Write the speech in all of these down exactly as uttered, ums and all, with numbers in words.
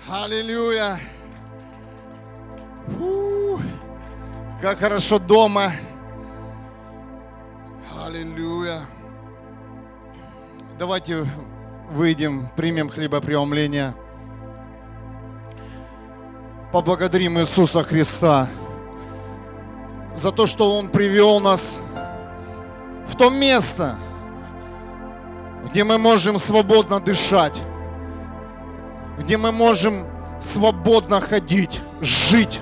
Аллилуйя! У-у-у. Как хорошо дома! Аллилуйя! Давайте выйдем, примем хлебопреломление. Поблагодарим Иисуса Христа за то, что Он привел нас в то место, где мы можем свободно дышать, где мы можем свободно ходить, жить,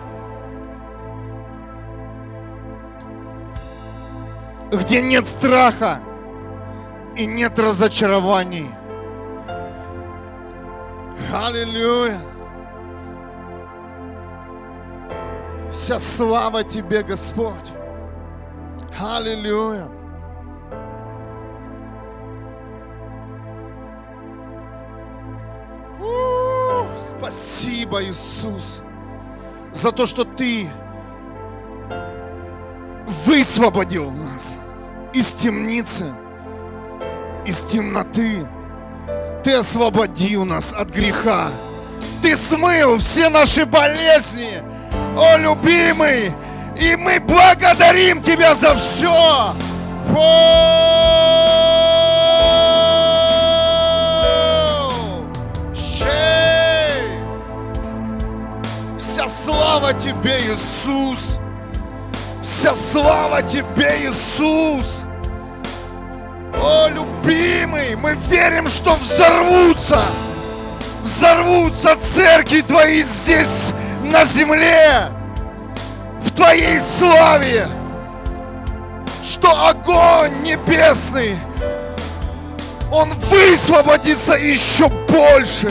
где нет страха и нет разочарований. Аллилуйя! Вся слава Тебе, Господь! Аллилуйя! У-у-у! Спасибо, Иисус, за то, что Ты высвободил нас из темницы, из темноты. Ты освободил нас от греха. Ты смыл все наши болезни, о, любимый, и мы благодарим Тебя за все. Вся слава Тебе, Иисус. Вся слава Тебе, Иисус. О, любимый, мы верим, что взорвутся, взорвутся церкви Твои здесь, на земле, в Твоей славе, что огонь небесный, он высвободится еще больше,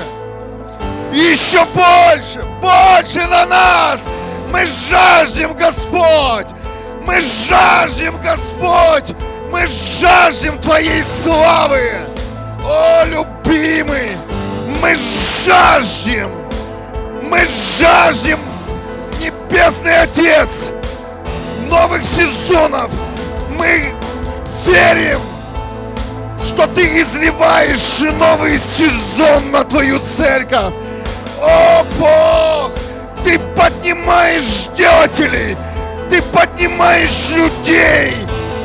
еще больше, больше на нас. Мы жаждем, Господь, мы жаждем, Господь, мы жаждем Твоей славы. О, любимый, мы жаждем, мы жаждем, Небесный Отец, новых сезонов. Мы верим, что Ты изливаешь новый сезон на Твою церковь. О, Бог, Ты поднимаешь делателей, Ты поднимаешь людей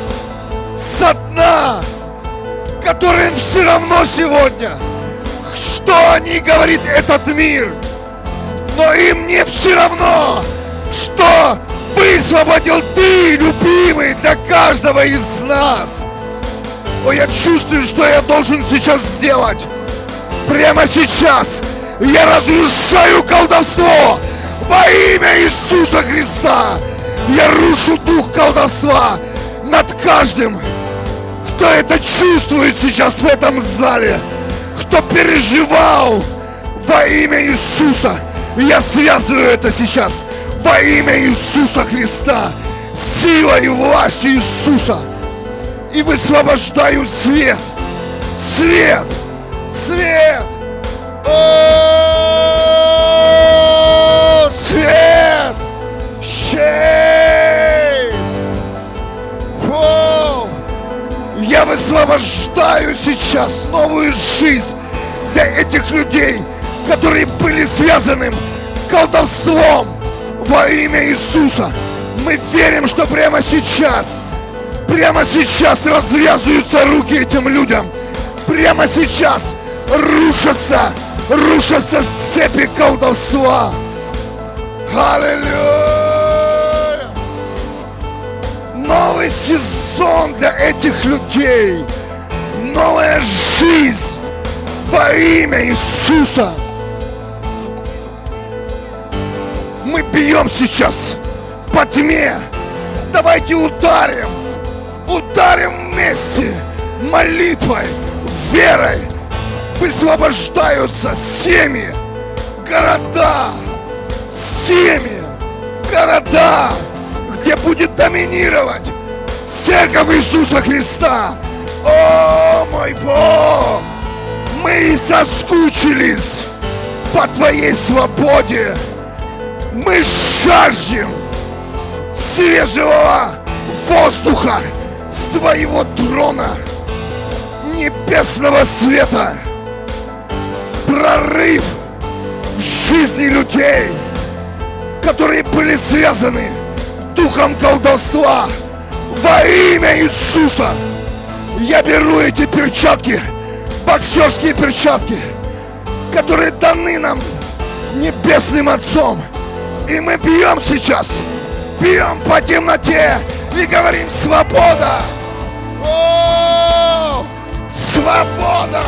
со дна, которым все равно сегодня, что они говорит этот мир, но им не все равно, что высвободил Ты, любимый, для каждого из нас. О, я чувствую, что я должен сейчас сделать. Прямо сейчас я разрушаю колдовство во имя Иисуса Христа. Я рушу дух колдовства над каждым, кто это чувствует сейчас в этом зале, кто переживал во имя Иисуса. Я связываю это сейчас во имя Иисуса Христа, силой и властью Иисуса, и высвобождаю свет, свет, свет, о, свет, щей, о, я высвобождаю сейчас новую жизнь для этих людей, которые были связаны колдовством во имя Иисуса. Мы верим, что прямо сейчас, прямо сейчас развязываются руки этим людям. Прямо сейчас рушатся, рушатся цепи колдовства. Аллилуйя! Новый сезон для этих людей. Новая жизнь во имя Иисуса. Мы бьем сейчас по тьме. Давайте ударим. Ударим вместе молитвой, верой. Высвобождаются семьи, города, семьи, города, где будет доминировать Церковь Иисуса Христа. О, мой Бог! Мы соскучились по Твоей свободе. Мы жаждем свежего воздуха с Твоего трона, небесного света, прорыв в жизни людей, которые были связаны духом колдовства. Во имя Иисуса я беру эти перчатки, боксерские перчатки, которые даны нам Небесным Отцом. И мы бьем сейчас, бьем по темноте и говорим: свобода! О, свобода!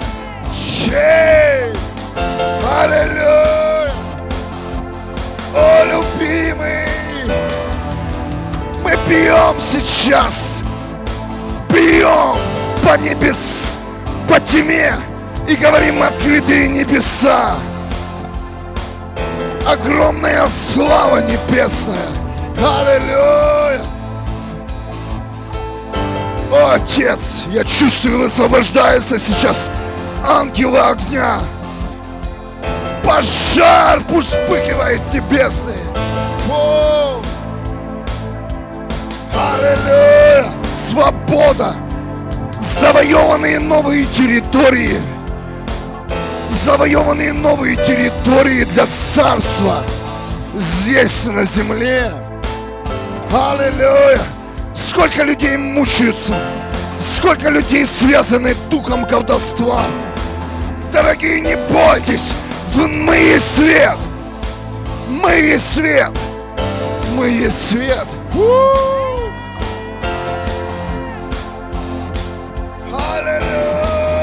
Чей! Аллилуйя! О, любимый! Мы бьем сейчас, бьем по небес, по тьме и говорим: открытые небеса. Огромная слава небесная. Аллилуйя! О, Отец, я чувствую, высвобождается сейчас ангелы огня. Пожар пусть вспыхивает небесный. О! Аллилуйя! Свобода! Завоеванные новые территории. Завоеванные новые территории для царства здесь, на земле. Аллилуйя! Сколько людей мучаются, сколько людей связаны духом колдовства. Дорогие, не бойтесь, мы есть свет, мы есть свет, мы есть свет. У-у-у! Аллилуйя!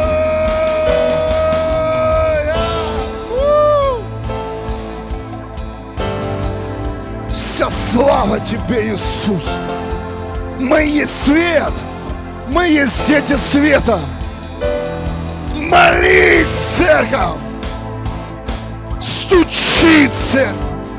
Вся слава Тебе, Иисус. Мы есть свет, мы есть дети света. Молись, церковь, стучи, церковь,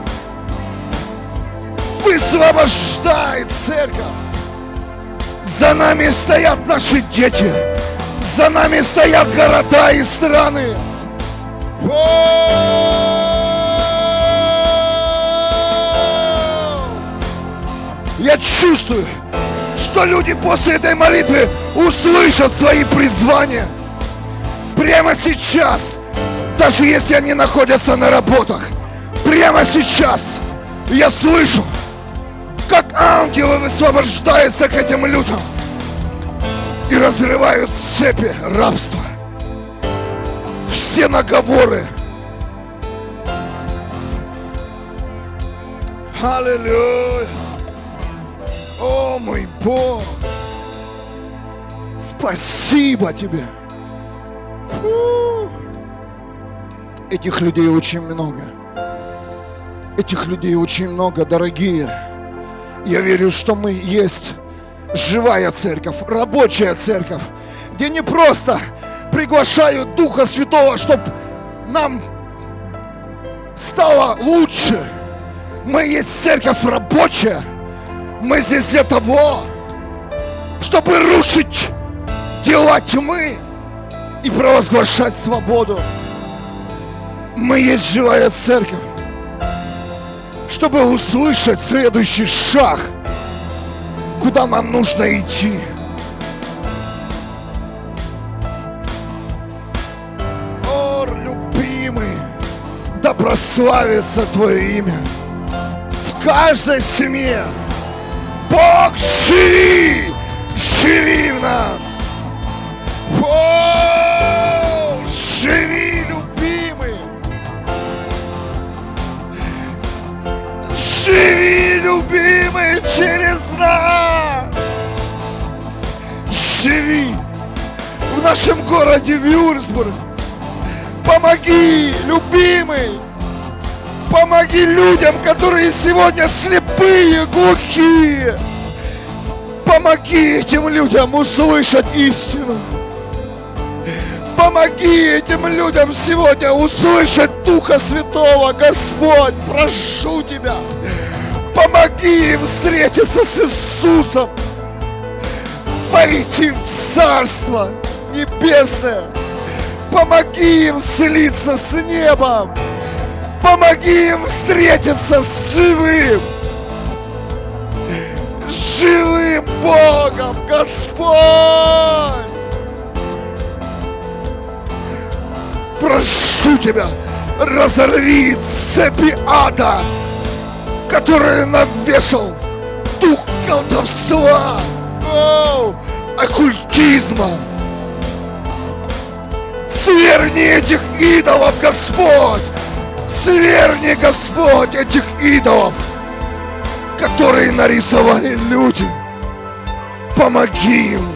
высвобождай, церковь. За нами стоят наши дети, за нами стоят города и страны. Я чувствую, что люди после этой молитвы услышат свои призвания. Прямо сейчас, даже если они находятся на работах, прямо сейчас я слышу, как ангелы высвобождаются к этим людям и разрывают цепи рабства. Все наговоры. Аллилуйя! О, мой Бог! Спасибо Тебе! Фу. Этих людей очень много. Этих людей очень много, дорогие. Я верю, что мы есть живая церковь, рабочая церковь, где не просто приглашают Духа Святого, чтобы нам стало лучше. Мы есть церковь рабочая. Мы здесь для того, чтобы рушить дела тьмы и провозглашать свободу. Мы есть живая церковь, чтобы услышать следующий шаг, куда нам нужно идти. О, любимый, да прославится Твое имя в каждой семье. Бог, живи, живи в нас. О, живи, любимый. Живи, любимый, через нас. Живи в нашем городе Вюрцбург. Помоги, любимый. Помоги людям, которые сегодня слепые, глухие. Помоги этим людям услышать истину. Помоги этим людям сегодня услышать Духа Святого, Господь, прошу Тебя. Помоги им встретиться с Иисусом, войти в Царство Небесное. Помоги им слиться с небом. Помоги им встретиться с живым, живым Богом, Господь. Прошу Тебя, разорви цепи ада, которые навешал дух колдовства, о, оккультизма. Свергни этих идолов, Господь! Свергни, Господь, этих идолов, которые нарисовали люди. Помоги им,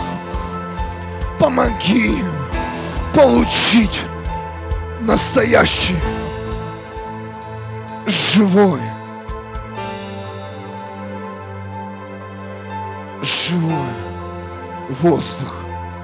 помоги им получить настоящий, живой, живой воздух.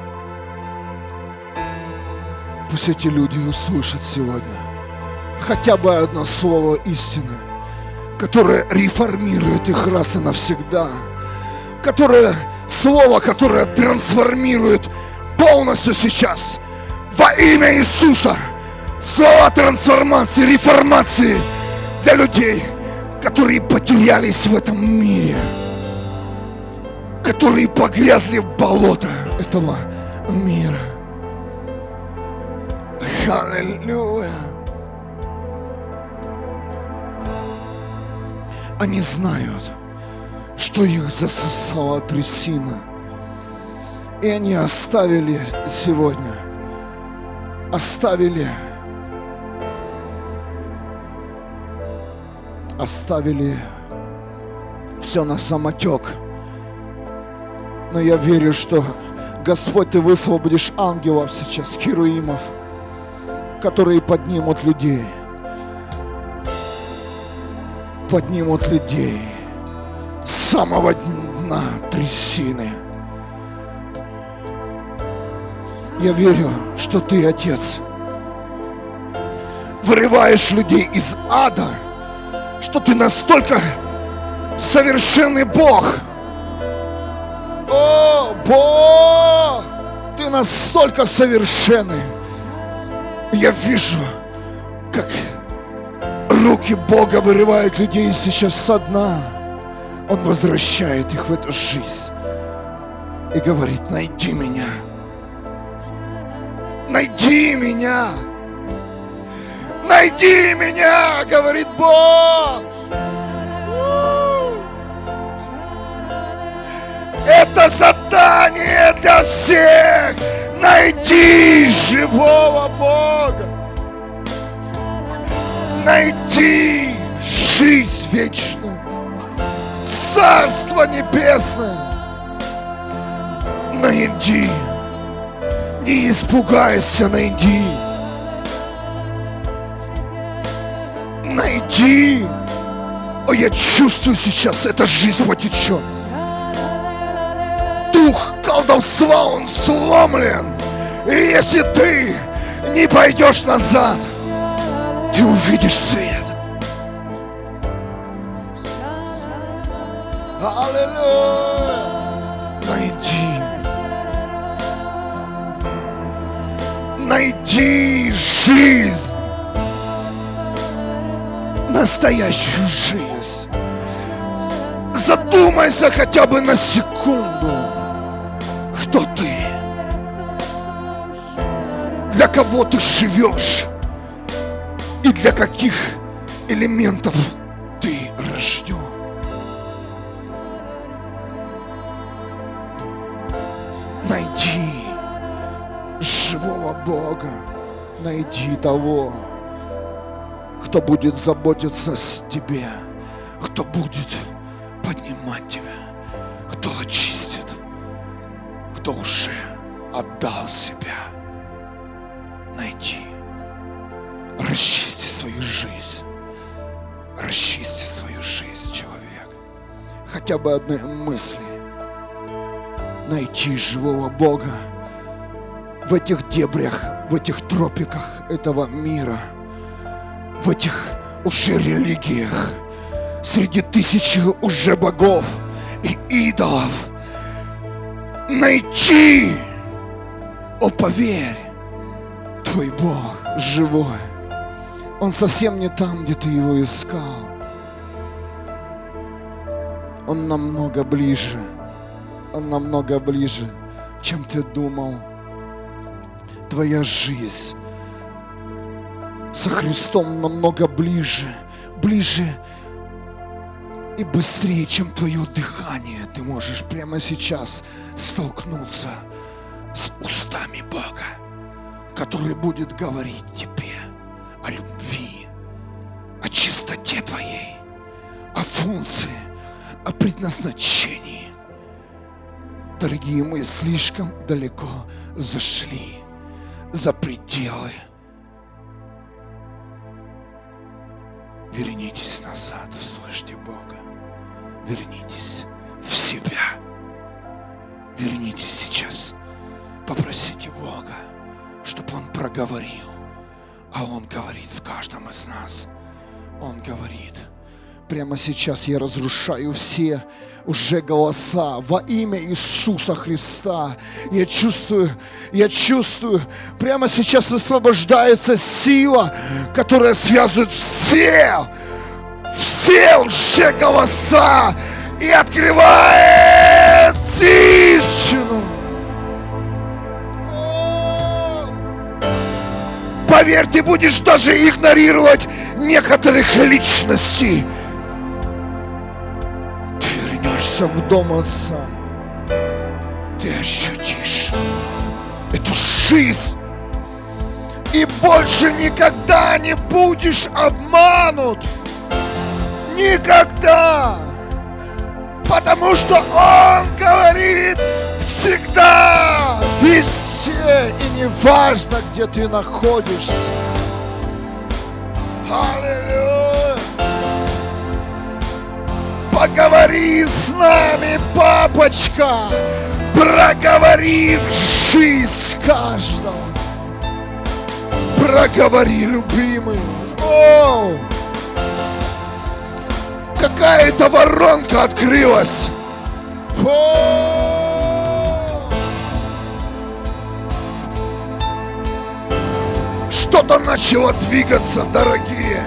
Пусть эти люди услышат сегодня хотя бы одно слово истины, которое реформирует их раз и навсегда, которое слово, которое трансформирует полностью сейчас во имя Иисуса. Слово трансформации, реформации для людей, которые потерялись в этом мире, которые погрязли в болото этого мира. Аллилуйя. Они знают, что их засосала трясина, и они оставили сегодня, оставили, оставили все на самотек. Но я верю, что Господь, Ты высвободишь ангелов сейчас, херуимов, которые поднимут людей, поднимут людей с самого дна трясины. Я верю, что Ты, Отец, вырываешь людей из ада, что Ты настолько совершенный Бог. О, Бог! Ты настолько совершенный. Я вижу, как руки Бога вырывают людей сейчас со дна. Он возвращает их в эту жизнь и говорит: найди меня. Найди меня. Найди меня, говорит Бог. Это задание для всех. Найди живого Бога. Найди жизнь вечную, Царство Небесное. Найди. Не испугайся, найди. Найди. О, я чувствую сейчас, эта жизнь потечет. Дух колдовства, он сломлен. И если ты не пойдешь назад, ты увидишь свет. Аллилуйя. Найди. Найди жизнь. Настоящую жизнь. Задумайся хотя бы на секунду. Кто ты? Для кого ты живешь? И для каких элементов ты рожден? Найди живого Бога. Найди того, кто будет заботиться о тебе, кто будет поднимать тебя, кто очистит, кто уже отдал себя. Найди. Расчисти свою жизнь. Расчисти свою жизнь, человек. Хотя бы одной мысли. Найти живого Бога в этих дебрях, в этих тропиках этого мира, в этих уже религиях, среди тысячи уже богов и идолов. Найти. О, поверь, твой Бог живой. Он совсем не там, где ты его искал. Он намного ближе. Он намного ближе, чем ты думал. Твоя жизнь со Христом намного ближе, ближе и быстрее, чем твое дыхание. Ты можешь прямо сейчас столкнуться с устами Бога, который будет говорить тебе о любви, о чистоте твоей, о функции, о предназначении. Дорогие, мы слишком далеко зашли за пределы. Вернитесь назад, услышьте Бога. Вернитесь в себя. Вернитесь сейчас. Попросите Бога, чтобы Он проговорил. А Он говорит с каждым из нас. Он говорит: прямо сейчас я разрушаю все уже голоса во имя Иисуса Христа. Я чувствую, я чувствую, прямо сейчас освобождается сила, которая связывает все, все уже голоса и открывает истину. Поверь, ты будешь даже игнорировать некоторых личностей. В дом Отца, ты ощутишь эту жизнь и больше никогда не будешь обманут. Никогда. Потому что Он говорит всегда, везде, и не важно, где ты находишься. Аллилуйя. Поговори с нами, папочка, проговори в жизнь каждого. Проговори, любимый. О! Какая-то воронка открылась. О! Что-то начало двигаться, дорогие.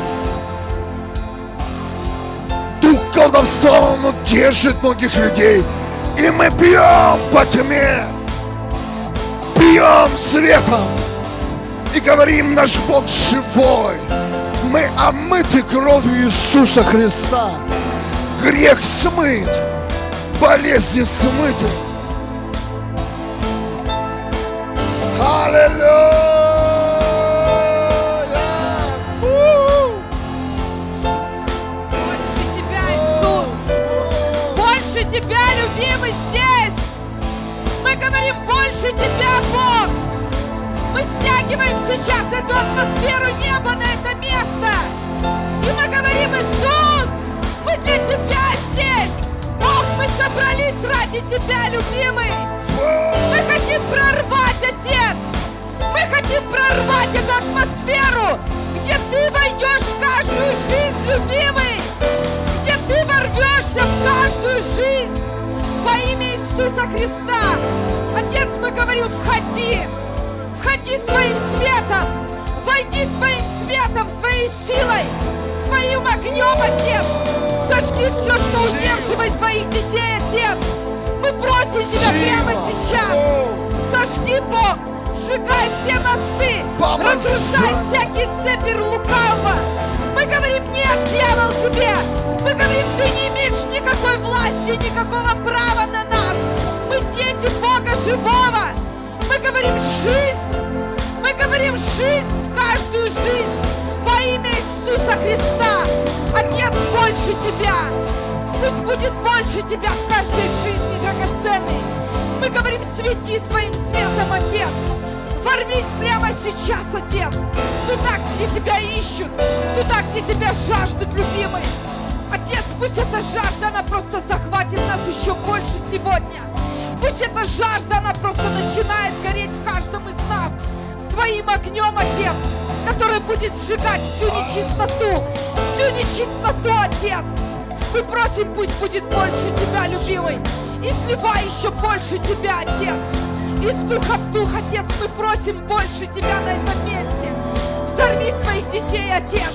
Колдовство, оно держит многих людей. И мы бьем по тьме, бьем светом и говорим: наш Бог живой. Мы омыты кровью Иисуса Христа. Грех смыт, болезни смыты. Аллилуйя! Тебя, любимый, здесь! Мы говорим: больше Тебя, Бог! Мы стягиваем сейчас эту атмосферу неба на это место! И мы говорим: Иисус, мы для Тебя здесь! Бог, мы собрались ради Тебя, любимый! Мы хотим прорвать, Отец! Мы хотим прорвать эту атмосферу, где Ты войдешь в каждую жизнь, любимый! Где Ты ворвешься в каждую жизнь во имя Иисуса Христа. Отец, мы говорим: входи, входи своим светом, войди своим светом, своей силой, своим огнем, Отец. Сожги все, что удерживает Твоих детей, Отец. Мы просим Тебя прямо сейчас. Сожги, Бог, сжигай все мосты, разрушай всякие цепи лукавого. Мы говорим: нет, дьявол, тебе! Мы говорим: ты не имеешь никакой власти, никакого права на нас! Мы дети Бога живого! Мы говорим: жизнь! Мы говорим: жизнь в каждую жизнь во имя Иисуса Христа! Отец, больше Тебя! Пусть будет больше Тебя в каждой жизни, драгоценный! Мы говорим: свети своим светом, Отец! Ворвись прямо сейчас, Отец, туда, где Тебя ищут, туда, где Тебя жаждут, любимый. Отец, пусть эта жажда, она просто захватит нас еще больше сегодня. Пусть эта жажда, она просто начинает гореть в каждом из нас Твоим огнем, Отец, который будет сжигать всю нечистоту, всю нечистоту, Отец. Мы просим: пусть будет больше Тебя, любимый, и сливай еще больше Тебя, Отец. Из духа в дух, Отец, мы просим больше Тебя на этом месте. Взорви своих детей, Отец.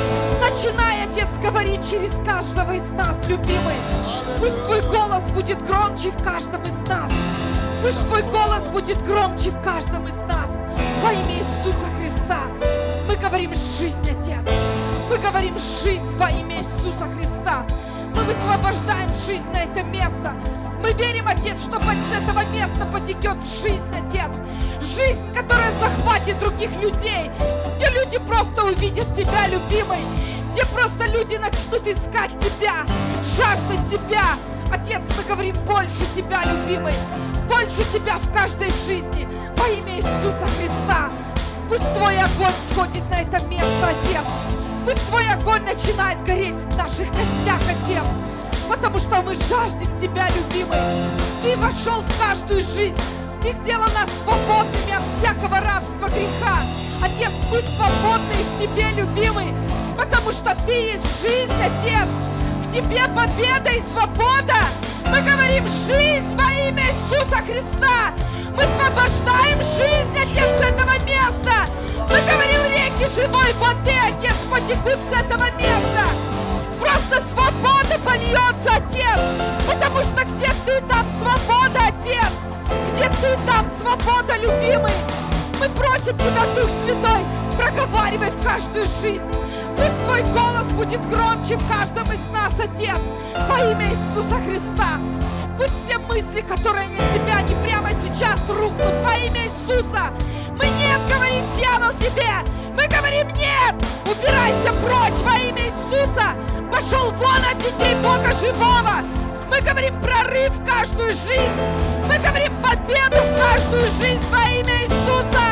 Начинай, Отец, говорить через каждого из нас, любимый. Пусть Твой голос будет громче в каждом из нас. Пусть Твой голос будет громче в каждом из нас. Во имя Иисуса Христа мы говорим: жизнь, Отец. Мы говорим жизнь во имя Иисуса Христа. Мы высвобождаем жизнь на это место. Мы верим, Отец, что с этого места потекет жизнь, Отец. Жизнь, которая захватит других людей. Где люди просто увидят Тебя, любимый. Где просто люди начнут искать Тебя, жаждать Тебя. Отец, мы говорим больше Тебя, любимый. Больше Тебя в каждой жизни во имя Иисуса Христа. Пусть Твой огонь сходит на это место, Отец. Пусть Твой огонь начинает гореть в наших костях, Отец. Потому что мы жаждем Тебя, любимый. Ты вошел в каждую жизнь. Ты сделал нас свободными от всякого рабства греха. Отец, мы свободны в Тебе, любимый. Потому что Ты есть жизнь, Отец. В Тебе победа и свобода. Мы говорим жизнь во имя Иисуса Христа. Мы освобождаем жизнь, Отец, с этого места. Мы говорим, реки живой воды, Отец, потекут с этого места. Просто свобода польется, Отец. Потому что где Ты, там свобода, Отец. Где Ты, там свобода, любимый. Мы просим Тебя, Дух Святой, проговаривай в каждую жизнь. Пусть Твой голос будет громче в каждом из нас, Отец, во имя Иисуса Христа. Пусть все мысли, которые не от Тебя, они прямо сейчас рухнут во имя Иисуса. Мы нет говорим, дьявол, Тебе. Мы говорим нет. Убирайся прочь во имя Иисуса. Пошел вон от детей Бога живого. Мы говорим прорыв в каждую жизнь. Мы говорим победу в каждую жизнь во имя Иисуса.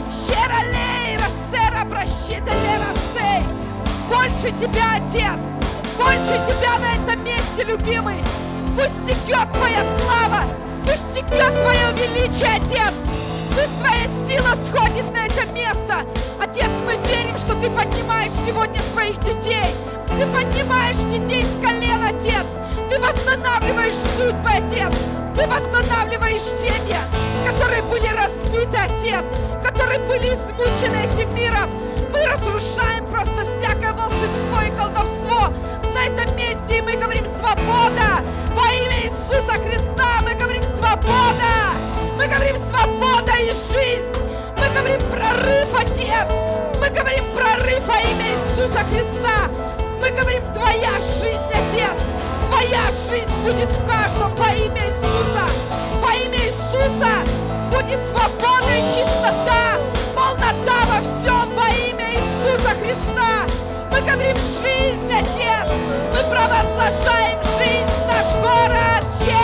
Щералей, рассера, прощиталей, рассей. Больше Тебя, Отец. Больше Тебя на этом месте, любимый. Пусть текет Твоя слава. Пусть текет Твое величие, Отец. Пусть Твоя сила сходит на это место. Отец, мы верим, что Ты поднимаешь сегодня своих детей. Ты поднимаешь детей с колен, Отец. Ты восстанавливаешь судьбы, Отец. Ты восстанавливаешь семьи, которые были разбиты, Отец, которые были измучены этим миром. Мы разрушаем просто всякое волшебство и колдовство на этом месте, и мы говорим свобода во имя Иисуса Христа. Мы говорим свобода. Мы говорим свобода и жизнь. Мы говорим прорыв, Отец. Мы говорим прорыв во имя Иисуса Христа. Мы говорим Твоя жизнь, Отец. Твоя жизнь будет в каждом во имя Иисуса. Во имя Иисуса будет свобода и чистота, полнота во всем во имя Иисуса Христа. Мы говорим жизнь, Отец. Мы провозглашаем жизнь в наш город.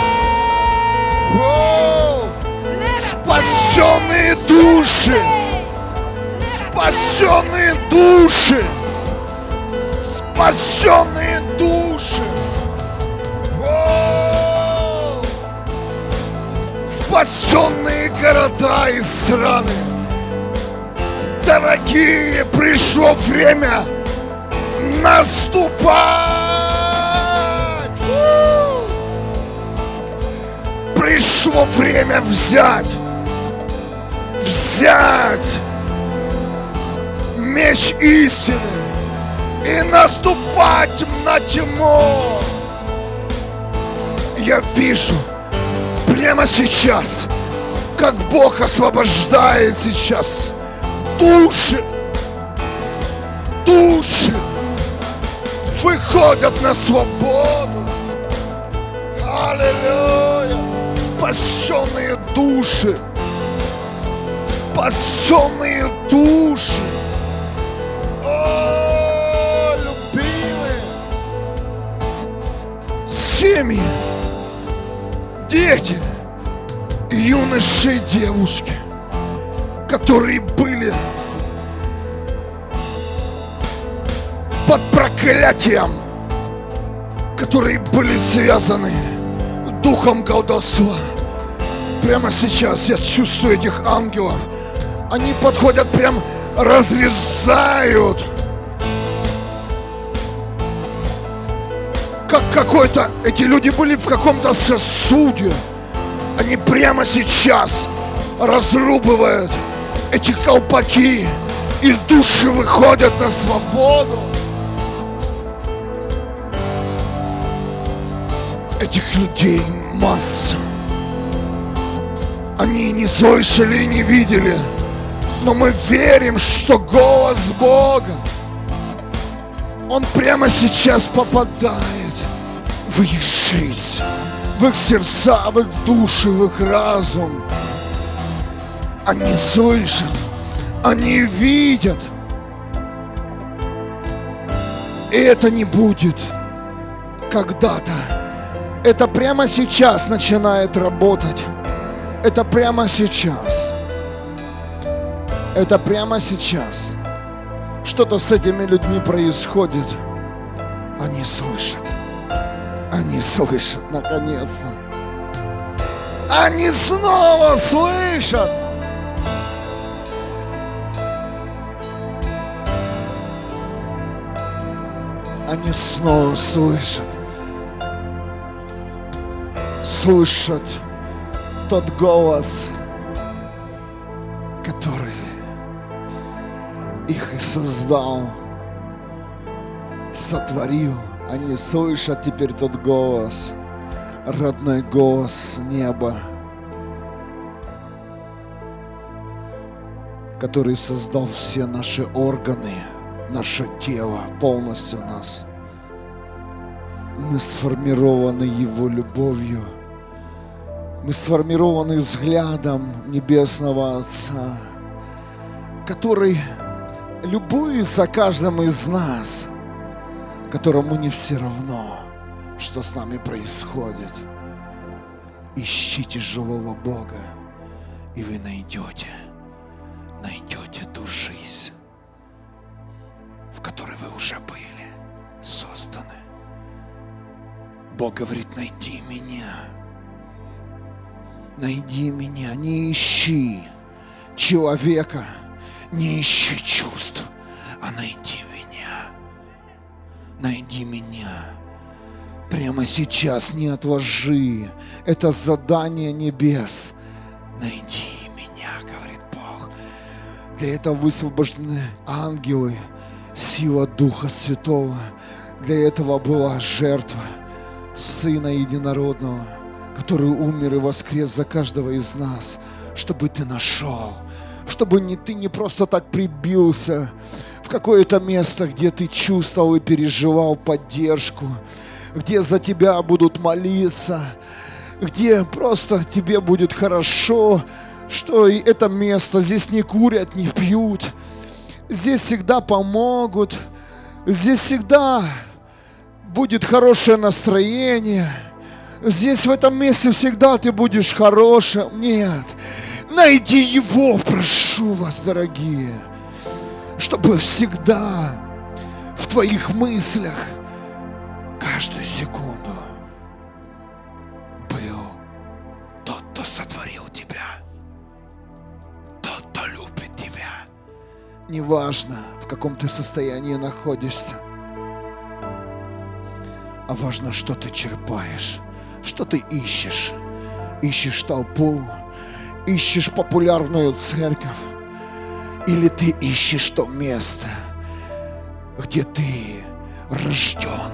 Спасенные души! Спасенные души! Спасенные души! Спасенные города и страны! Дорогие, пришло время наступать! Пришло время взять, взять меч истины и наступать на тьму. Я вижу прямо сейчас, как Бог освобождает сейчас души, души выходят на свободу. Аллилуйя! Спасенные души, спасенные души. О, любимые, семьи, дети, юноши и девушки, которые были под проклятием, которые были связаны духом колдовства. Прямо сейчас я чувствую этих ангелов. Они подходят, прям разрезают. Как какой-то... Эти люди были в каком-то сосуде. Они прямо сейчас разрубывают эти колпаки. И души выходят на свободу. Этих людей масса. Они не слышали и не видели, Но мы верим, что голос Бога, Он прямо сейчас попадает в их жизнь, в их сердца, в их души, в их разум. Они слышат, они видят. И это не будет когда-то. Это прямо сейчас начинает работать. Это прямо сейчас. Это прямо сейчас. Что-то с этими людьми происходит. Они слышат. Они слышат, наконец-то. Они снова слышат. Они снова слышат. Слышат тот голос, который их и создал, сотворил. Они слышат теперь тот голос, родной голос неба, который создал все наши органы, наше тело, полностью нас. Мы сформированы Его любовью. Мы сформированы взглядом Небесного Отца, который любуется каждым из нас, которому не все равно, что с нами происходит. Ищите живого Бога, и вы найдете, найдете ту жизнь, в которой вы уже были созданы. Бог говорит: найди меня. Найди меня, не ищи человека, не ищи чувств, а найди меня. Найди меня. Прямо сейчас не отложи. Это задание небес. Найди меня, говорит Бог. Для этого высвобождены ангелы, сила Духа Святого. Для этого была жертва Сына Единородного, который умер и воскрес за каждого из нас, чтобы ты нашел, чтобы не, ты не просто так прибился в какое-то место, где ты чувствовал и переживал поддержку, где за тебя будут молиться, где просто тебе будет хорошо, что и это место, здесь не курят, не пьют, здесь всегда помогут, здесь всегда будет хорошее настроение. Здесь, в этом месте, всегда ты будешь хорошим. Нет. Найди Его, прошу вас, дорогие, чтобы всегда в твоих мыслях каждую секунду был тот, кто сотворил тебя, тот, кто любит тебя. Неважно, в каком ты состоянии находишься, а важно, что ты черпаешь. Что ты ищешь? Ищешь толпу? Ищешь популярную церковь? Или ты ищешь то место, где ты рожден?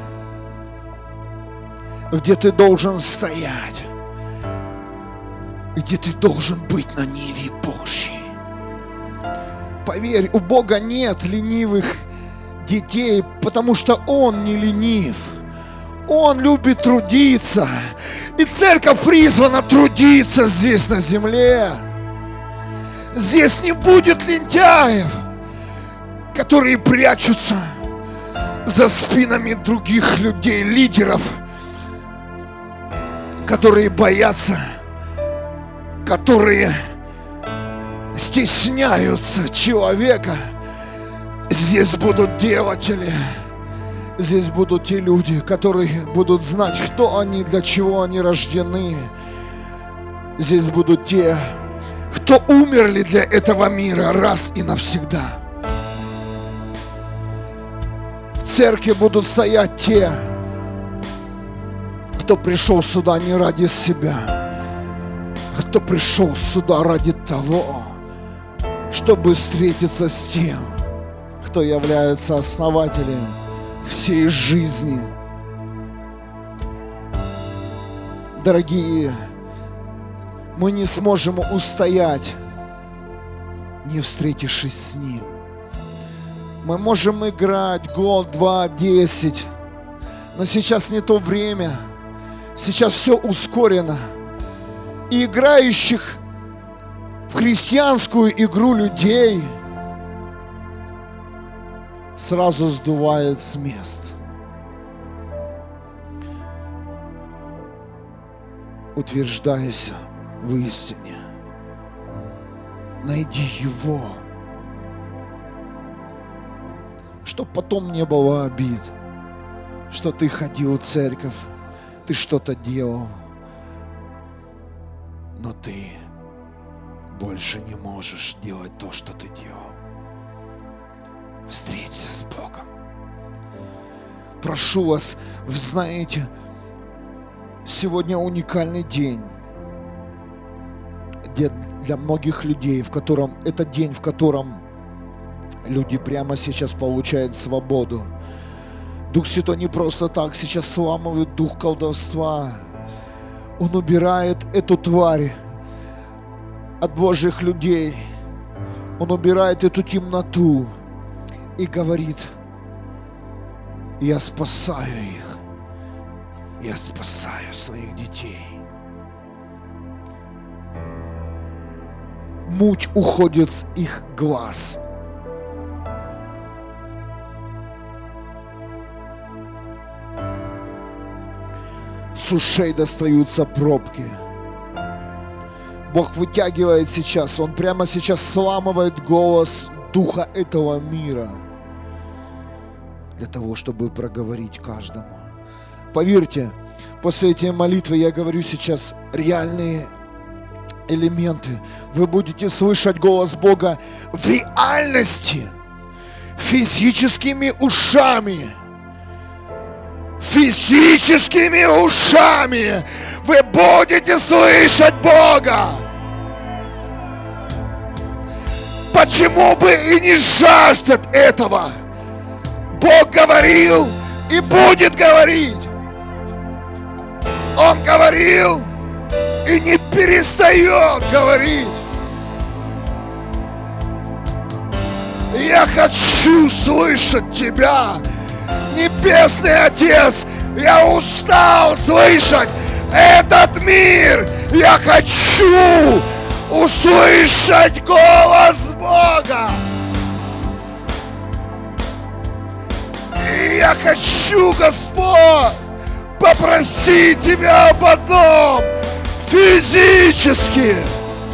Где ты должен стоять? Где ты должен быть на ниве Божьей? Поверь, у Бога нет ленивых детей, потому что Он не ленив. Он любит трудиться. И церковь призвана трудиться здесь на земле. Здесь не будет лентяев, которые прячутся за спинами других людей, лидеров, которые боятся, которые стесняются человека. Здесь будут делатели. Здесь будут те люди, которые будут знать, кто они, для чего они рождены. Здесь будут те, кто умерли для этого мира раз и навсегда. В церкви будут стоять те, кто пришел сюда не ради себя, кто пришел сюда ради того, чтобы встретиться с тем, кто является основателем всей жизни. Дорогие, мы не сможем устоять не встретившись с Ним. Мы можем играть год, два, десять, но сейчас не то время. Сейчас все ускорено. И играющих в христианскую игру людей сразу сдувает с мест. Утверждайся в истине. Найди Его, чтоб потом не было обид, что ты ходил в церковь, ты что-то делал, но ты больше не можешь делать то, что ты делал. Встреться с Богом. Прошу вас, вы знаете, сегодня уникальный день для многих людей, в котором это день, в котором люди прямо сейчас получают свободу. Дух Святой не просто так сейчас сламывает дух колдовства. Он убирает эту тварь от Божьих людей. Он убирает эту темноту и говорит: я спасаю их, я спасаю своих детей. Муть уходит с их глаз. С ушей достаются пробки. Бог вытягивает сейчас, Он прямо сейчас сламывает голос духа этого мира для того, чтобы проговорить каждому. Поверьте, после этой молитвы я говорю сейчас реальные элементы. Вы будете слышать голос Бога в реальности, физическими ушами. Физическими ушами вы будете слышать Бога. Почему бы и не жаждать этого? Бог говорил и будет говорить. Он говорил и не перестает говорить. Я хочу слышать Тебя, Небесный Отец. Я устал слышать этот мир. Я хочу услышать голос Бога. И я хочу, Господь, попросить Тебя об одном физически.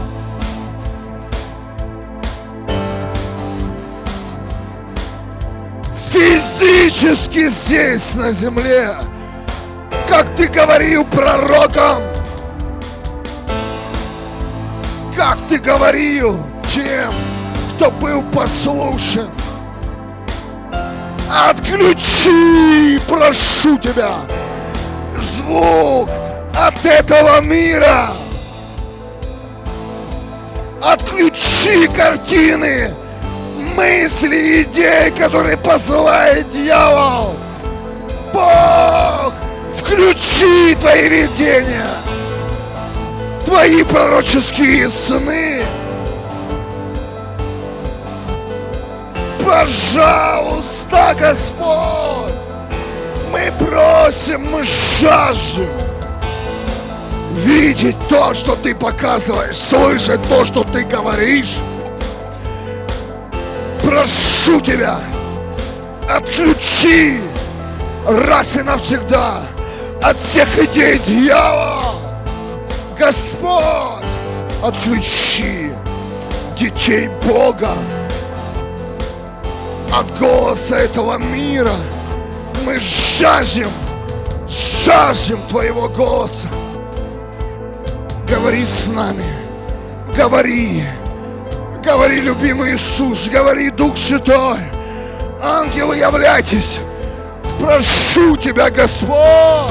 Физически здесь, на земле, как Ты говорил пророкам, как Ты говорил тем, кто был послушен. Отключи, прошу Тебя, звук от этого мира. Отключи картины, мысли, идеи, которые посылает дьявол. Бог, включи Твои видения, Твои пророческие сны. Пожалуйста, Господь, мы просим, мы жаждем видеть то, что Ты показываешь, слышать то, что Ты говоришь. Прошу Тебя, отключи раз и навсегда от всех идей дьявола. Господь, отключи детей Бога от голоса этого мира. Мы жаждем, жаждем Твоего голоса. Говори с нами, говори. Говори, любимый Иисус, говори, Дух Святой. Ангелы, являйтесь. Прошу Тебя, Господь.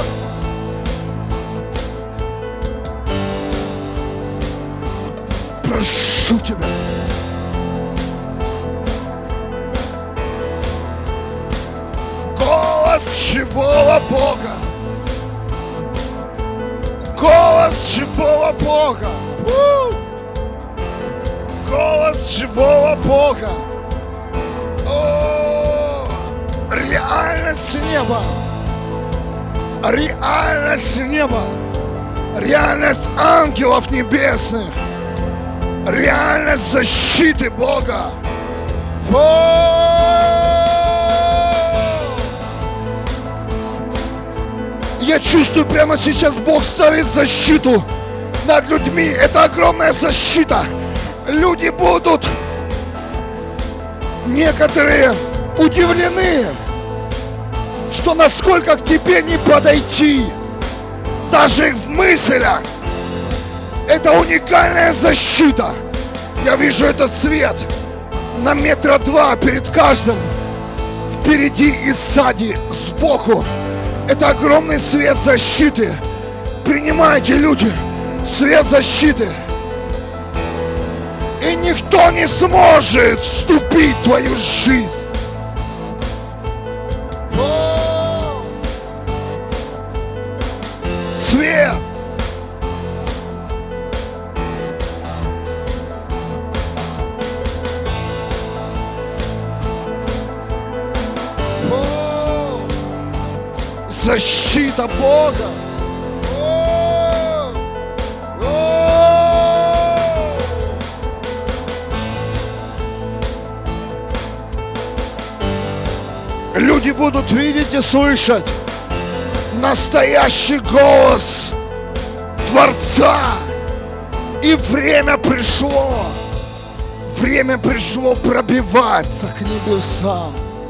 Прошу Тебя. Голос живого Бога. Голос живого Бога. У! голос живого Бога. О, реальность неба. Реальность неба. Реальность ангелов небесных. Реальность защиты Бога. Я чувствую, прямо сейчас Бог ставит защиту над людьми. Это огромная защита. Люди будут, некоторые, удивлены, что насколько к тебе не подойти, даже в мыслях. Это уникальная защита. Я вижу этот свет на метра два перед каждым, впереди и сзади, сбоку. Это огромный свет защиты. Принимайте, люди, свет защиты. И никто не сможет вступить в твою жизнь. О! Свет. Защита Бога. О! О! Люди будут видеть и слышать настоящий голос Творца. И время пришло. Время пришло пробиваться к небесам.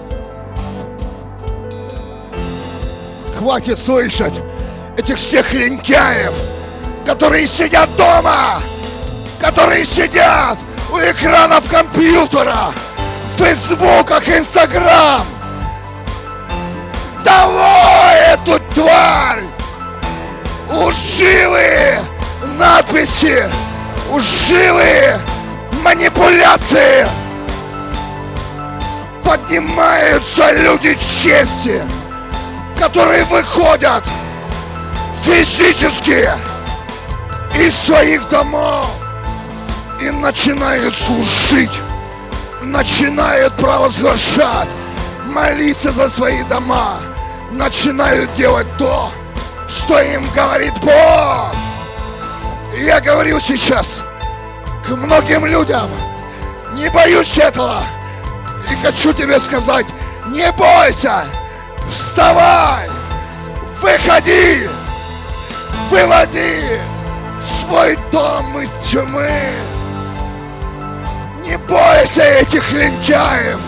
Хватит слышать этих всех лентяев, которые сидят дома, которые сидят у экранов компьютера, в фейсбуках, инстаграм. Долой эту тварь! Лживые надписи, лживые манипуляции. Поднимаются люди чести, которые выходят физически из своих домов и начинают служить, начинают провозглашать, молиться за свои дома, начинают делать то, что им говорит Бог. И я говорю сейчас к многим людям, не боюсь этого, и хочу тебе сказать, не бойся. Вставай! Выходи! Выводи свой дом из тьмы! Не бойся этих лентяев,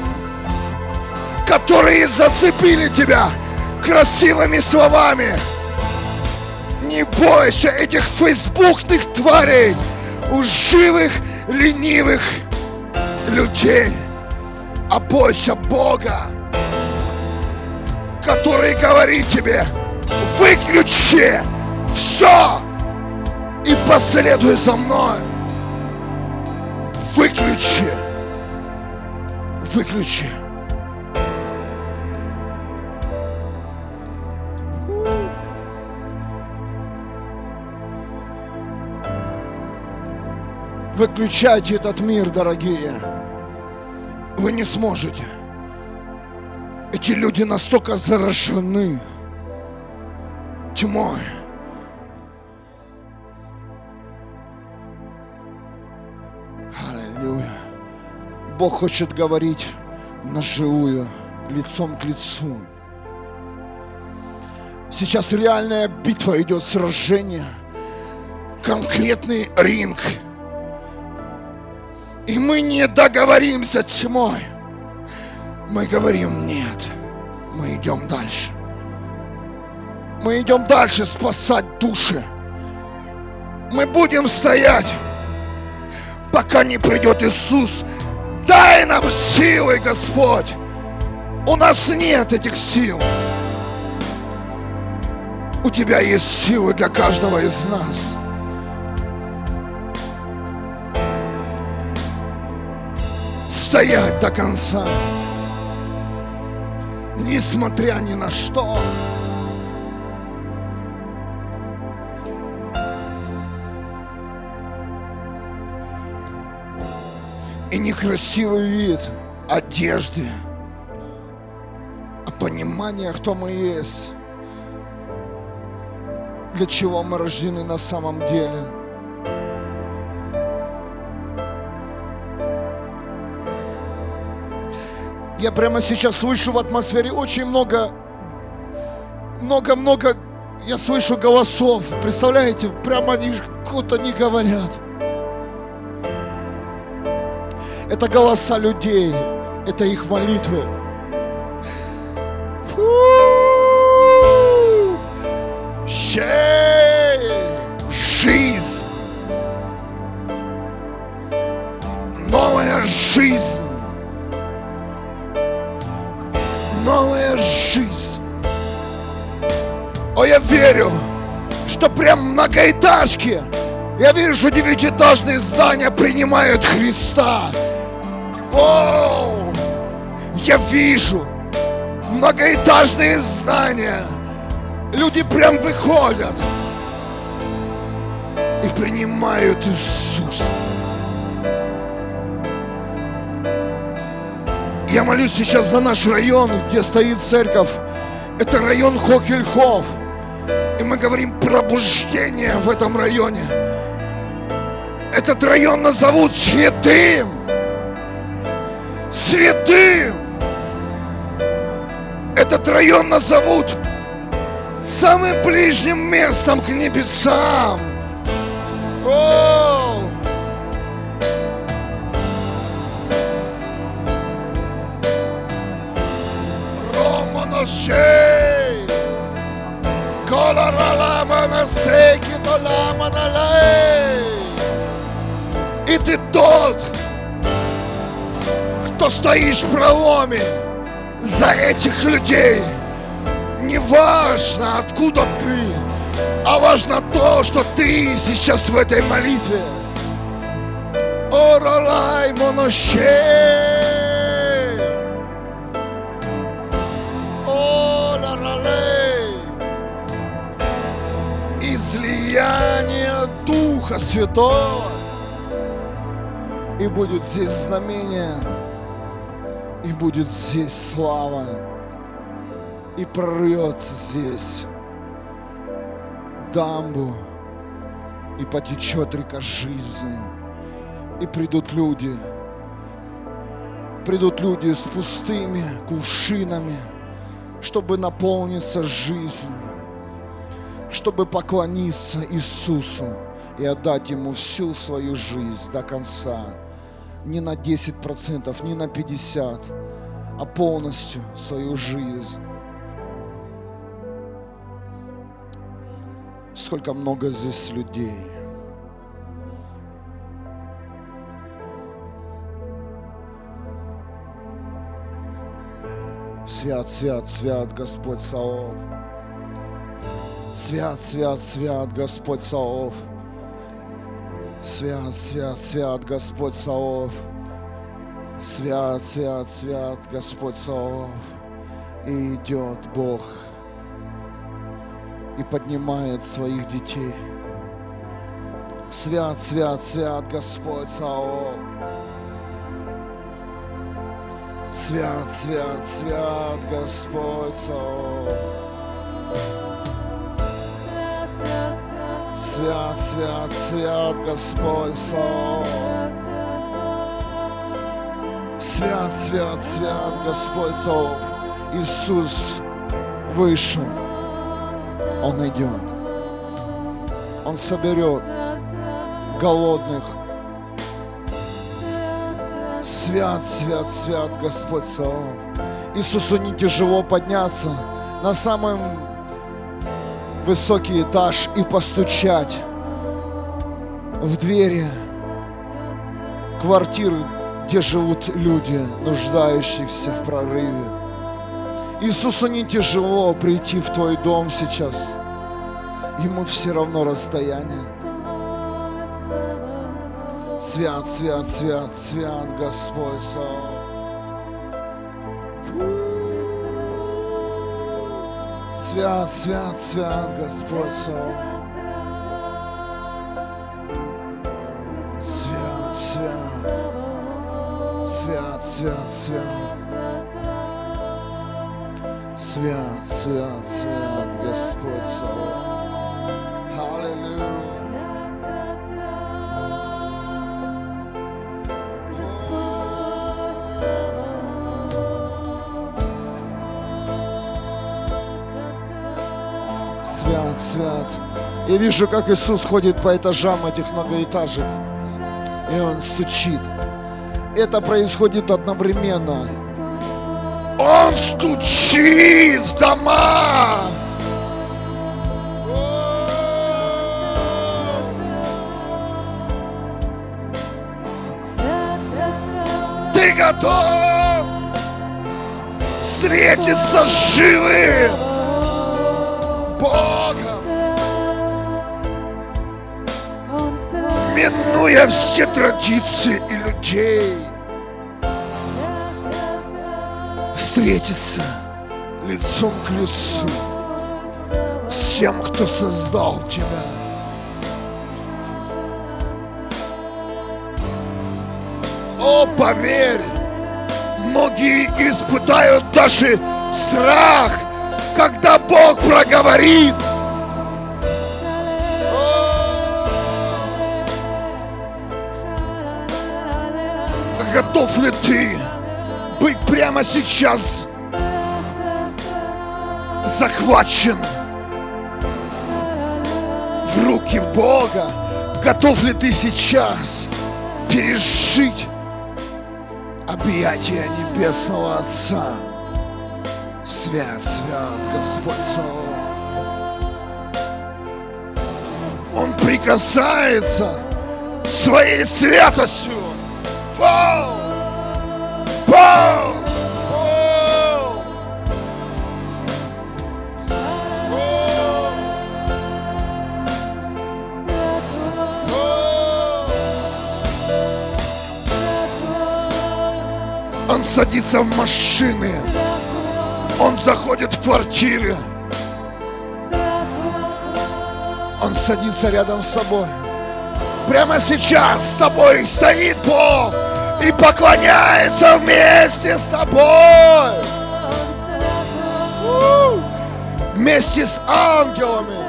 которые зацепили тебя красивыми словами! Не бойся этих фейсбукных тварей, лживых, ленивых людей, а бойся Бога, который говорит тебе: выключи все и последуй за мной. Выключи. Выключи. Выключайте этот мир, дорогие. Вы не сможете. Эти люди настолько заражены тьмой. Аллилуйя. Бог хочет говорить наживую, лицом к лицу. Сейчас реальная битва идет, сражение, конкретный ринг. И мы не договоримся тьмой. Мы говорим: нет, мы идем дальше. Мы идем дальше спасать души. Мы будем стоять, пока не придет Иисус. Дай нам силы, Господь. У нас нет этих сил. У Тебя есть силы для каждого из нас. Стоять до конца, несмотря ни на что. И не красивый вид одежды, а понимание, кто мы есть, для чего мы рождены на самом деле. Я прямо сейчас слышу в атмосфере очень много, много-много, я слышу голосов. Представляете, прямо они что-то не говорят. Это голоса людей, это их молитвы. Жизнь. Новая жизнь. Новая жизнь. О, я верю, что прям многоэтажки, я вижу, девятиэтажные здания принимают Христа. О, я вижу многоэтажные здания. Люди прям выходят и принимают Иисуса. Я молюсь сейчас за наш район, где стоит церковь. Это район Хохельхов. И мы говорим пробуждение в этом районе. Этот район назовут святым. Святым. Этот район назовут самым ближним местом к небесам. О! Романошей, колораламанасеки толаманалей. И ты тот, кто стоишь в проломе за этих людей. Не важно, откуда ты, а важно то, что ты сейчас в этой молитве. Оралай моношей, оларалей. Излияние Духа Святого. И будет здесь знамение, и будет здесь слава. И прорвется здесь дамбу, и потечет река жизни. И придут люди, придут люди с пустыми кувшинами, чтобы наполниться жизнью, чтобы поклониться Иисусу и отдать Ему всю свою жизнь до конца. Не на десять процентов, не на пятьдесят процентов, а полностью свою жизнь. Сколько много здесь людей. Свят, свят, свят Господь Саваоф. Свят, свят, свят Господь Саваоф. Свят, свят, свят Господь Саваоф. Свят, свят, свят Господь Саваоф. И идет Бог и поднимает своих детей. Свят, свят, свят Господь Саваоф. Свят, свят, свят Господь Саваоф. Свят, свят, свят Господь Саваоф. Свят, свят, свят Господь Саваоф. Иисус вышел. Он идет. Он соберет голодных. Свят, свят, свят Господь Саваоф. Иисусу не тяжело подняться на самый высокий этаж и постучать в двери квартиры, где живут люди, нуждающиеся в прорыве. Иисусу не тяжело прийти в твой дом сейчас. Ему все равно расстояние. Свят, свят, свят, свят Господь Саваоф. Свят, свят, свят Господь Саваоф. Свят, свят. свят, свят. Свят, свят, свят, Господь Саваоф. Аллилуйя. Свят, свят. Я вижу, как Иисус ходит по этажам этих многоэтажек, и Он стучит. Это происходит одновременно. Он стучит в дома. Ты готов встретиться с живым Богом, минуя все традиции и людей. Встретиться лицом к лицу с тем, кто создал тебя. О, поверь, многие испытают даже страх, когда Бог проговорит. Готов ли ты быть прямо сейчас захвачен в руки Бога? Готов ли ты сейчас пережить объятия Небесного Отца? Свят, свят, Господь Саваоф. Он прикасается своей святостью. Вау! Вау! Вау! Он садится в машины. Он заходит в квартиры. Он садится рядом с тобой. Прямо сейчас с тобой стоит Бог и поклоняется вместе с тобой. У-у-у. Вместе с ангелами.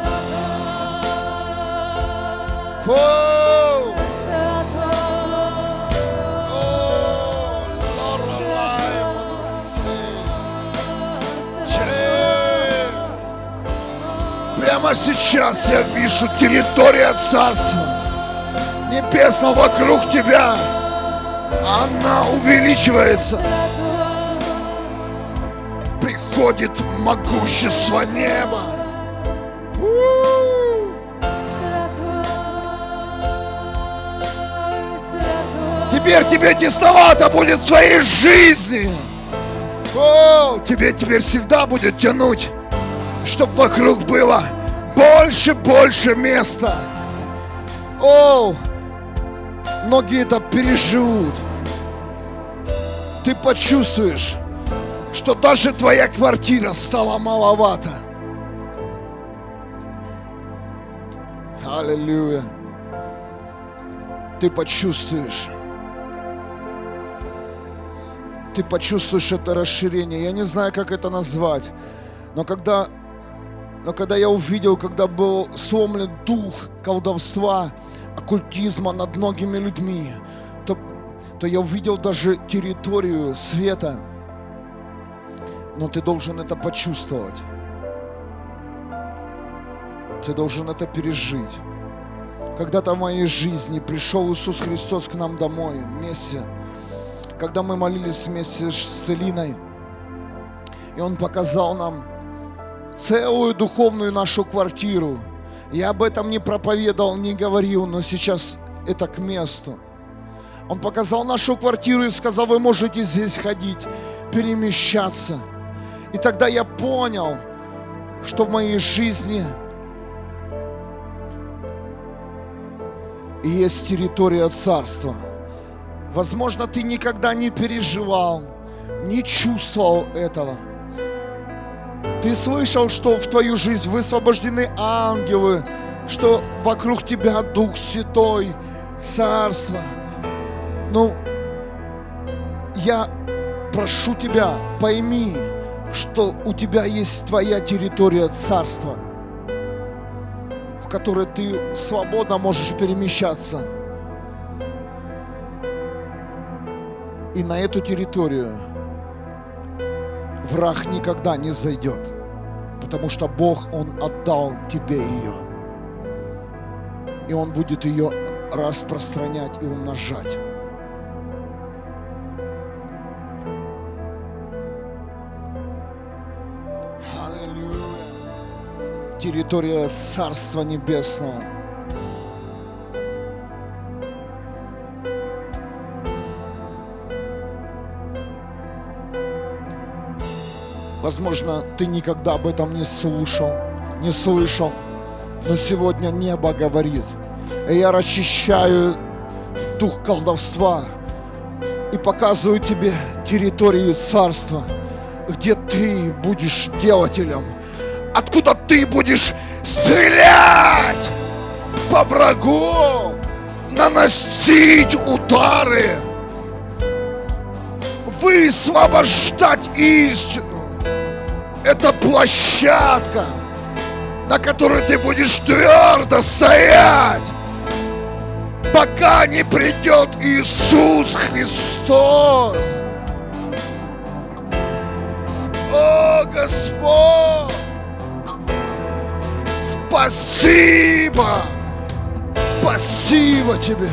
У-у-у. Прямо сейчас я вижу территорию Царства Небесного вокруг тебя. Она увеличивается. Приходит могущество неба. У-у-у. Теперь тебе тесновато будет в своей жизни. О, тебе теперь всегда будет тянуть, чтобы вокруг было больше, больше места. О, многие это переживут. Ты почувствуешь, что даже твоя квартира стала маловато. Аллилуйя. Ты почувствуешь. Ты почувствуешь это расширение. Я не знаю, как это назвать. Но когда, но когда я увидел, когда был сломлен дух колдовства, оккультизма над многими людьми, то, то я увидел даже территорию света. Но ты должен это почувствовать. Ты должен это пережить. Когда-то в моей жизни пришел Иисус Христос к нам домой вместе, когда мы молились вместе с Элиной, и Он показал нам целую духовную нашу квартиру. Я об этом не проповедовал, не говорил, но сейчас это к месту. Он показал нашу квартиру и сказал: вы можете здесь ходить, перемещаться. И тогда я понял, что в моей жизни есть территория Царства. Возможно, ты никогда не переживал, не чувствовал этого. Ты слышал, что в твою жизнь высвобождены ангелы, что вокруг тебя Дух Святой, Царство. Но я прошу тебя, пойми, что у тебя есть твоя территория царства, в которой ты свободно можешь перемещаться. И на эту территорию враг никогда не зайдет, потому что Бог, Он отдал тебе ее. И Он будет ее распространять и умножать. Аллилуйя. Территория Царства Небесного. Возможно, ты никогда об этом не слушал, не слышал, но сегодня небо говорит. И я расчищаю дух колдовства и показываю тебе территорию царства, где ты будешь делателем, откуда ты будешь стрелять по врагу, наносить удары, высвобождать истину. Это площадка, на которой ты будешь твердо стоять, пока не придет Иисус Христос. О, Господь, спасибо, спасибо Тебе.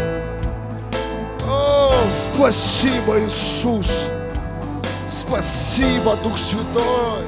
О, спасибо, Иисус. Спасибо, Дух Святой.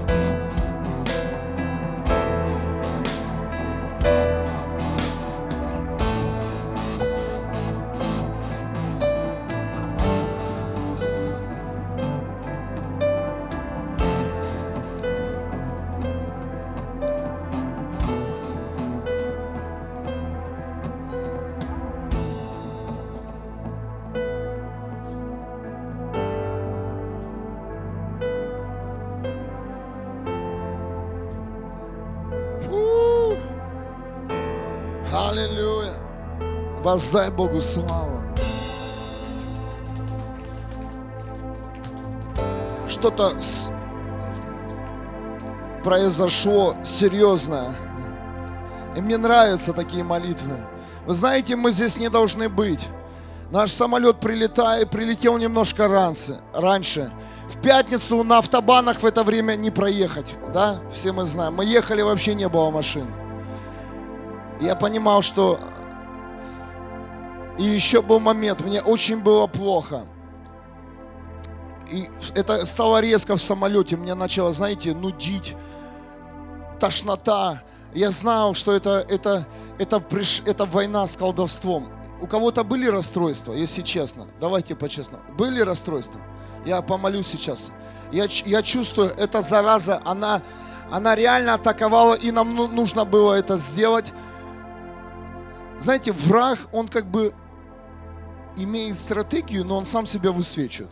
Аллилуйя. Воздай Богу славу. Что-то с... произошло серьезное. И мне нравятся такие молитвы. Вы знаете, мы здесь не должны быть. Наш самолет прилетает, прилетел немножко раньше. раньше. В пятницу на автобанах в это время не проехать. Да? Все мы знаем. Мы ехали, вообще не было машин. Я понимал, что... И еще был момент, мне очень было плохо. И это стало резко в самолете. Меня начало, знаете, нудить, тошнота. Я знал, что это, это, это, приш... это война с колдовством. У кого-то были расстройства, если честно? Давайте по-честному. Были расстройства? Я помолюсь сейчас. Я, я чувствую, эта зараза, она, она реально атаковала, и нам нужно было это сделать. Знаете, враг, он как бы имеет стратегию, но он сам себя высвечивает.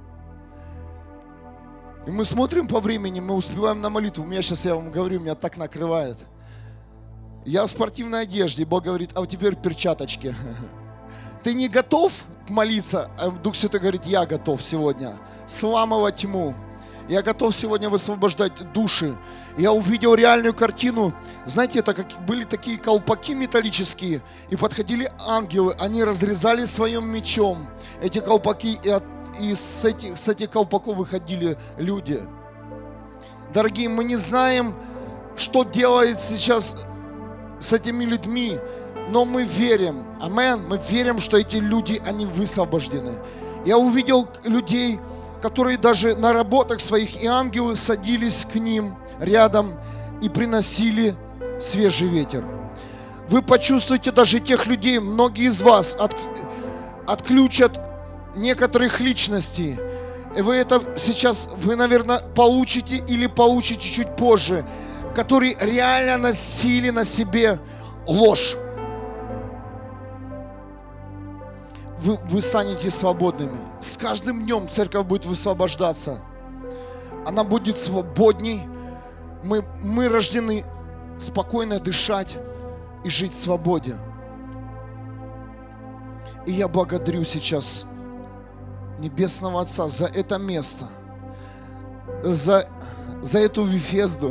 И мы смотрим по времени, мы успеваем на молитву. У меня сейчас, я вам говорю, меня так накрывает. Я в спортивной одежде, и Бог говорит, а вот теперь перчаточки. Ты не готов молиться? А Дух Святой говорит, я готов сегодня сламывать тьму. Я готов сегодня высвобождать души. Я увидел реальную картину. Знаете, это как были такие колпаки металлические, и подходили ангелы, они разрезали своим мечом эти колпаки, и, от, и с, этих, с этих колпаков выходили люди. Дорогие, мы не знаем, что делает сейчас с этими людьми, но мы верим, амен, мы верим, что эти люди, они высвобождены. Я увидел людей, которые даже на работах своих, и ангелы садились к ним рядом и приносили свежий ветер. Вы почувствуете даже тех людей, многие из вас от, отключат некоторых личностей. И вы это сейчас, вы, наверное, получите или получите чуть позже, которые реально носили на себе ложь. Вы, вы станете свободными. С каждым днем церковь будет высвобождаться. Она будет свободней. Мы, мы рождены спокойно дышать и жить в свободе. И я благодарю сейчас Небесного Отца за это место, за, за эту Вифезду,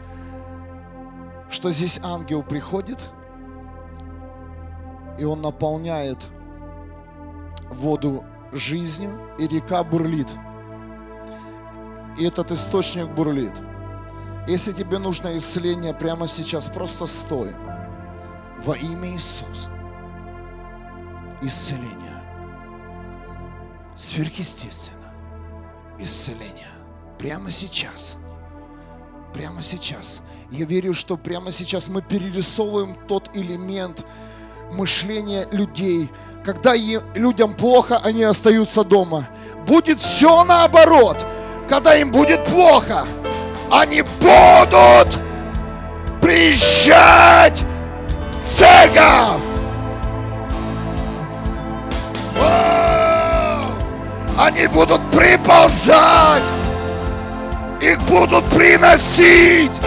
что здесь ангел приходит, и он наполняет воду жизнью, и река бурлит. И этот источник бурлит. Если тебе нужно исцеление прямо сейчас, просто стой. Во имя Иисуса. Исцеление. Сверхъестественно. Исцеление. Прямо сейчас. Прямо сейчас. Я верю, что прямо сейчас мы перерисовываем тот элемент мышления людей. Когда людям плохо, они остаются дома. Будет все наоборот. Когда им будет плохо, они будут приезжать в церковь. Они будут приползать. Их будут приносить.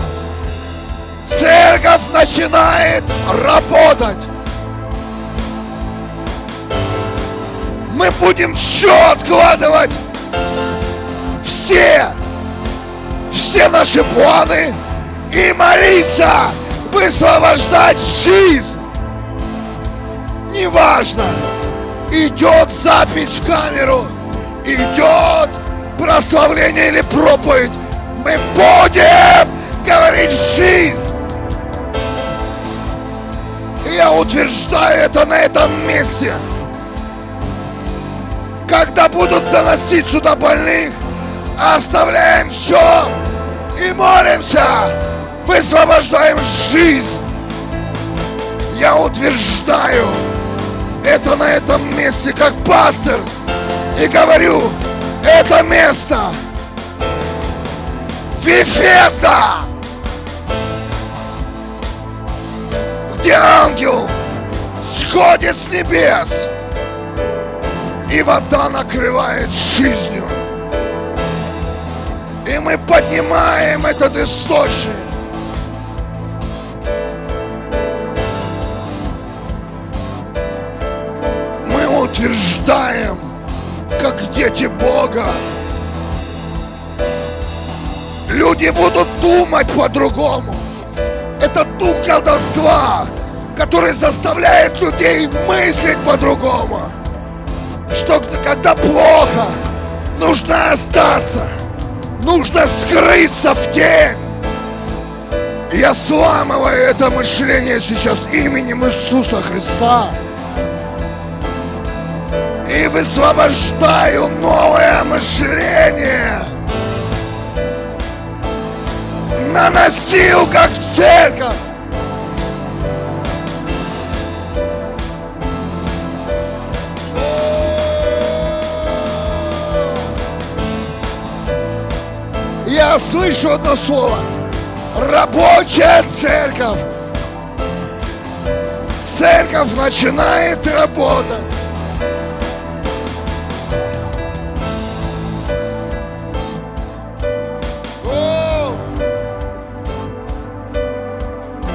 Церковь начинает работать. Мы будем все откладывать. Все. Все наши планы. И молиться. Высвобождать жизнь. Неважно. Идет запись в камеру. Идет прославление или проповедь. Мы будем говорить жизнь. И я утверждаю это на этом месте. Когда будут заносить сюда больных, оставляем все и молимся. Высвобождаем жизнь. Я утверждаю это на этом месте как пастор. И говорю, это место Вифезда, где ангел сходит с небес, и вода накрывает жизнью. И мы поднимаем этот источник. Мы утверждаем, как дети Бога. Люди будут думать по-другому. Это дух колдовства, который заставляет людей мыслить по-другому. Что когда плохо, нужно остаться, нужно скрыться в тень. Я сламываю это мышление сейчас именем Иисуса Христа и высвобождаю новое мышление на носилках в церковь. Я слышу одно слово. Рабочая церковь. Церковь начинает работать. О!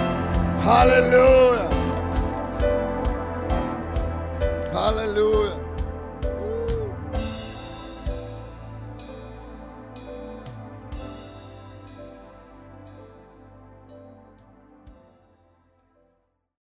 Аллилуйя. Аллилуйя.